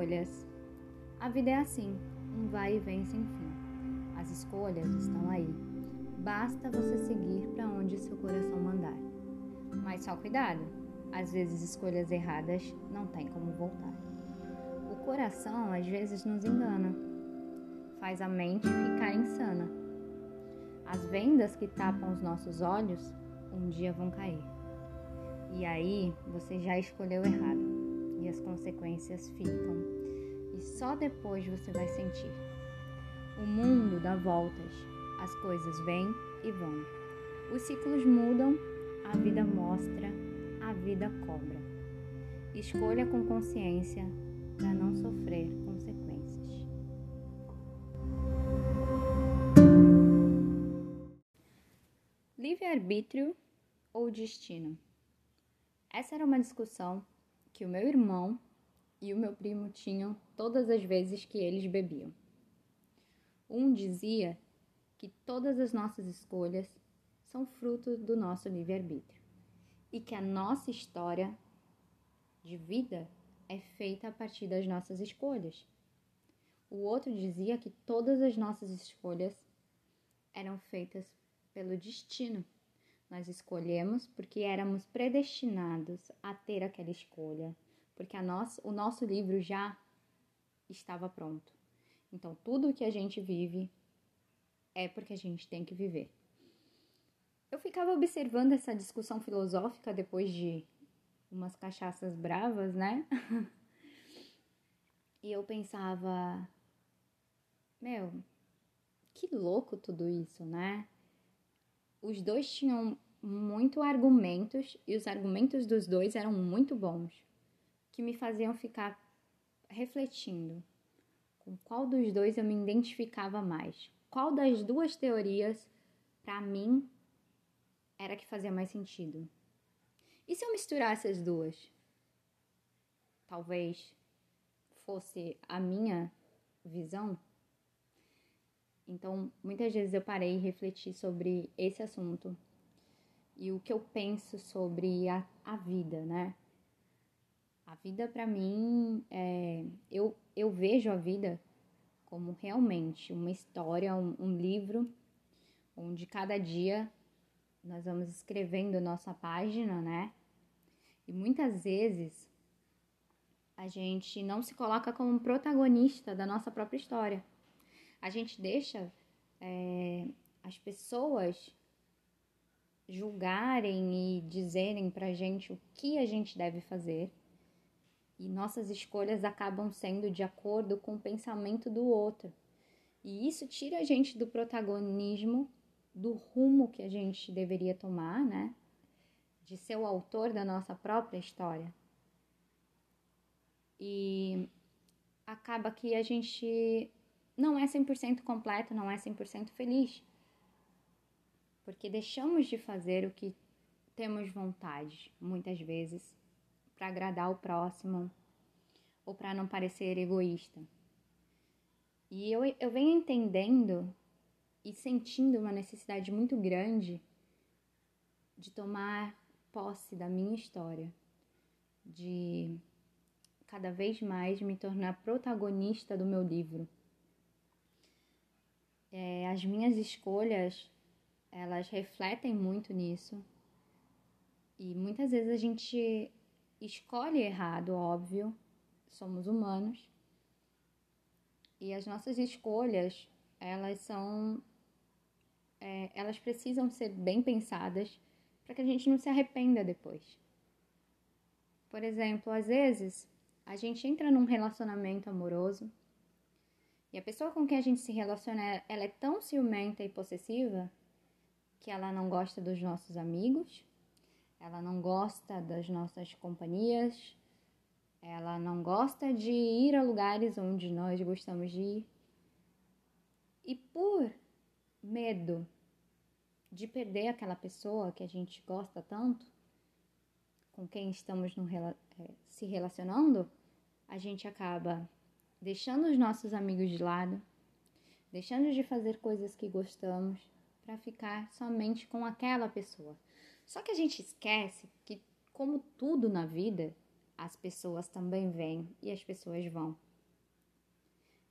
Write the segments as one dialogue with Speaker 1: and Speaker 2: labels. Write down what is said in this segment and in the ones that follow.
Speaker 1: escolhas. A vida é assim, um vai e vem sem fim. As escolhas estão aí. Basta você seguir para onde seu coração mandar. Mas só cuidado, às vezes escolhas erradas não tem como voltar. O coração às vezes nos engana, faz a mente ficar insana. As vendas que tapam os nossos olhos um dia vão cair. E aí você já escolheu errado e as consequências ficam. E só depois você vai sentir. O mundo dá voltas, as coisas vêm e vão. Os ciclos mudam, a vida mostra, a vida cobra. Escolha com consciência para não sofrer consequências. Livre-arbítrio ou destino? Essa era uma discussão que o meu irmão e o meu primo tinham todas as vezes que eles bebiam. Um dizia que todas as nossas escolhas são fruto do nosso livre-arbítrio e que a nossa história de vida é feita a partir das nossas escolhas. O outro dizia que todas as nossas escolhas eram feitas pelo destino. Nós escolhemos porque éramos predestinados a ter aquela escolha, porque o nosso livro já estava pronto. Então, tudo o que a gente vive é porque a gente tem que viver. Eu ficava observando essa discussão filosófica depois de umas cachaças bravas, né? E eu pensava, que louco tudo isso, né? Os dois tinham muito argumentos e os argumentos dos dois eram muito bons, que me faziam ficar refletindo com qual dos dois eu me identificava mais. Qual das duas teorias, para mim, era que fazia mais sentido? E se eu misturasse as duas? Talvez fosse a minha visão? Então, muitas vezes eu parei e refleti sobre esse assunto e o que eu penso sobre a vida, né? A vida, para mim, eu vejo a vida como realmente uma história, um livro, onde cada dia nós vamos escrevendo nossa página, né? E muitas vezes a gente não se coloca como protagonista da nossa própria história. A gente deixa as pessoas julgarem e dizerem pra gente o que a gente deve fazer. E nossas escolhas acabam sendo de acordo com o pensamento do outro. E isso tira a gente do protagonismo, do rumo que a gente deveria tomar, né? De ser o autor da nossa própria história. E acaba que a gente não é 100% completo, não é 100% feliz. Porque deixamos de fazer o que temos vontade, muitas vezes, para agradar o próximo ou para não parecer egoísta. E eu venho entendendo e sentindo uma necessidade muito grande de tomar posse da minha história, de cada vez mais me tornar protagonista do meu livro. As minhas escolhas, elas refletem muito nisso. E muitas vezes a gente escolhe errado, óbvio, somos humanos. E as nossas escolhas, elas precisam ser bem pensadas para que a gente não se arrependa depois. Por exemplo, às vezes a gente entra num relacionamento amoroso e a pessoa com quem a gente se relaciona, ela é tão ciumenta e possessiva que ela não gosta dos nossos amigos, ela não gosta das nossas companhias, ela não gosta de ir a lugares onde nós gostamos de ir. E por medo de perder aquela pessoa que a gente gosta tanto, com quem estamos se relacionando, a gente acaba deixando os nossos amigos de lado, deixando de fazer coisas que gostamos para ficar somente com aquela pessoa. Só que a gente esquece que, como tudo na vida, as pessoas também vêm e as pessoas vão.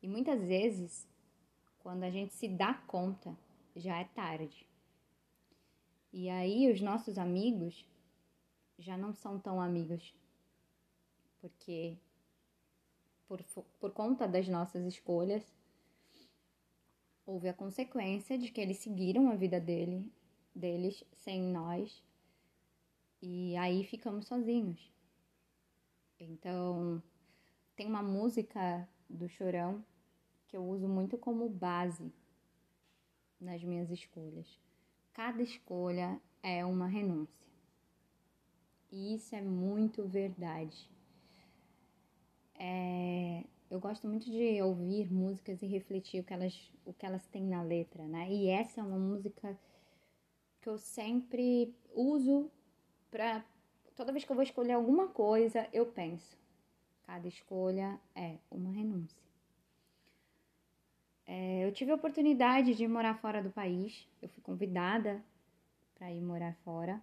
Speaker 1: E muitas vezes, quando a gente se dá conta, já é tarde. E aí os nossos amigos já não são tão amigos, porque por conta das nossas escolhas, houve a consequência de que eles seguiram a vida deles sem nós, e aí ficamos sozinhos. Então, tem uma música do Chorão que eu uso muito como base nas minhas escolhas. Cada escolha é uma renúncia. E isso é muito verdade. Eu gosto muito de ouvir músicas e refletir o que elas têm na letra, né? E essa é uma música que eu sempre uso para... Toda vez que eu vou escolher alguma coisa, eu penso. Cada escolha é uma renúncia. Eu tive a oportunidade de morar fora do país. Eu fui convidada para ir morar fora.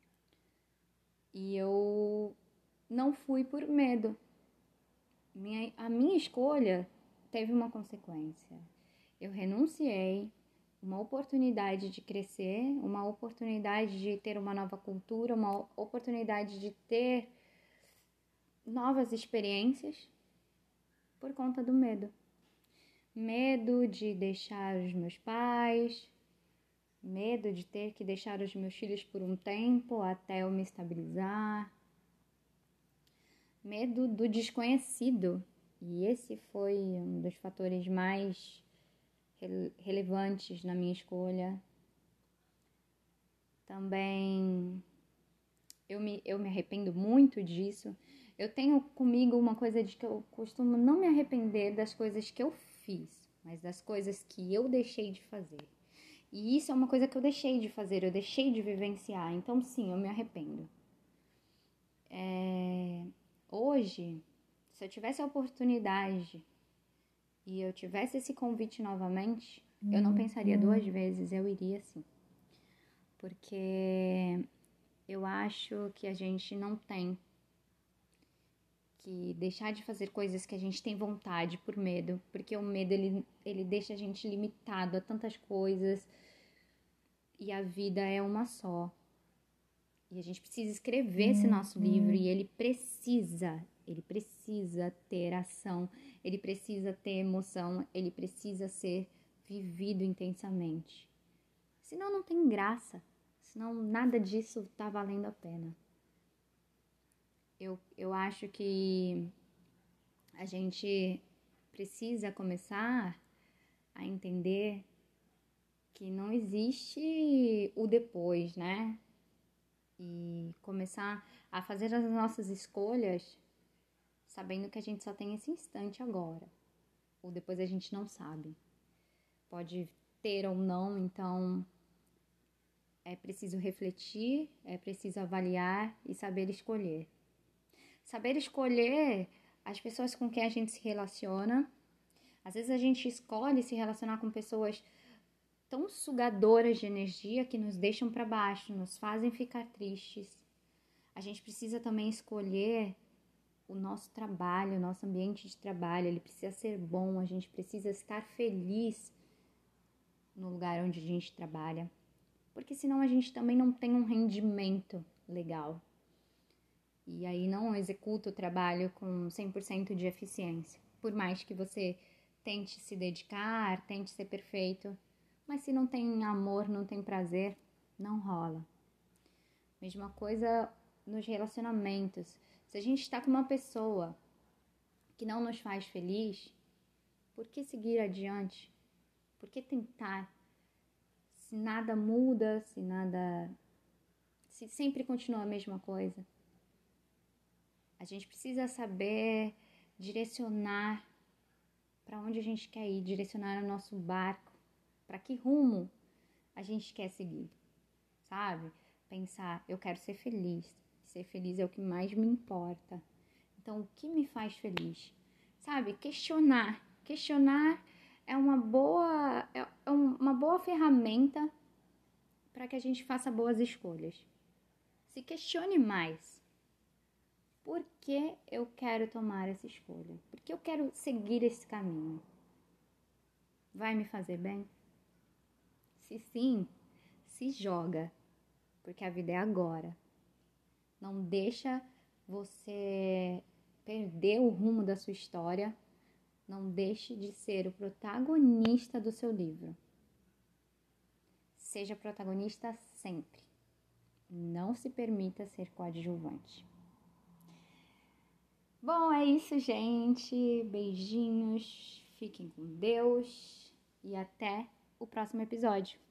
Speaker 1: E eu não fui por medo. A minha escolha teve uma consequência. Eu renunciei, uma oportunidade de crescer, uma oportunidade de ter uma nova cultura, uma oportunidade de ter novas experiências por conta do medo. Medo de deixar os meus pais, medo de ter que deixar os meus filhos por um tempo até eu me estabilizar, medo do desconhecido. E esse foi um dos fatores mais relevantes na minha escolha. Também eu me arrependo muito disso. Eu tenho comigo uma coisa de que eu costumo não me arrepender das coisas que eu fiz, mas das coisas que eu deixei de fazer. E isso é uma coisa que eu deixei de fazer, eu deixei de vivenciar. Então, sim, eu me arrependo. Hoje, se eu tivesse a oportunidade e eu tivesse esse convite novamente, eu não pensaria duas vezes, eu iria sim. Porque eu acho que a gente não tem que deixar de fazer coisas que a gente tem vontade por medo, porque o medo ele deixa a gente limitado a tantas coisas e a vida é uma só. E a gente precisa escrever esse nosso livro e ele precisa ter ação, ele precisa ter emoção, ele precisa ser vivido intensamente. Senão não tem graça, senão nada disso tá valendo a pena. Eu acho que a gente precisa começar a entender que não existe o depois, né? E começar a fazer as nossas escolhas sabendo que a gente só tem esse instante agora. Ou depois a gente não sabe. Pode ter ou não, então é preciso refletir, é preciso avaliar e saber escolher. Saber escolher as pessoas com quem a gente se relaciona. Às vezes a gente escolhe se relacionar com pessoas tão sugadoras de energia que nos deixam para baixo, nos fazem ficar tristes. A gente precisa também escolher o nosso trabalho, o nosso ambiente de trabalho. Ele precisa ser bom, a gente precisa estar feliz no lugar onde a gente trabalha. Porque senão a gente também não tem um rendimento legal. E aí não executa o trabalho com 100% de eficiência. Por mais que você tente se dedicar, tente ser perfeito, mas se não tem amor, não tem prazer, não rola. Mesma coisa nos relacionamentos. Se a gente está com uma pessoa que não nos faz feliz, por que seguir adiante? Por que tentar? Se nada muda, se sempre continua a mesma coisa. A gente precisa saber direcionar para onde a gente quer ir, direcionar o nosso barco, para que rumo a gente quer seguir, sabe? Pensar, eu quero ser feliz. Ser feliz é o que mais me importa. Então, o que me faz feliz? Sabe? Questionar. Questionar é uma boa ferramenta para que a gente faça boas escolhas. Se questione mais. Por que eu quero tomar essa escolha? Por que eu quero seguir esse caminho? Vai me fazer bem? Se sim, se joga, porque a vida é agora. Não deixa você perder o rumo da sua história. Não deixe de ser o protagonista do seu livro. Seja protagonista sempre. Não se permita ser coadjuvante. Bom, é isso, gente. Beijinhos. Fiquem com Deus. E até o próximo episódio.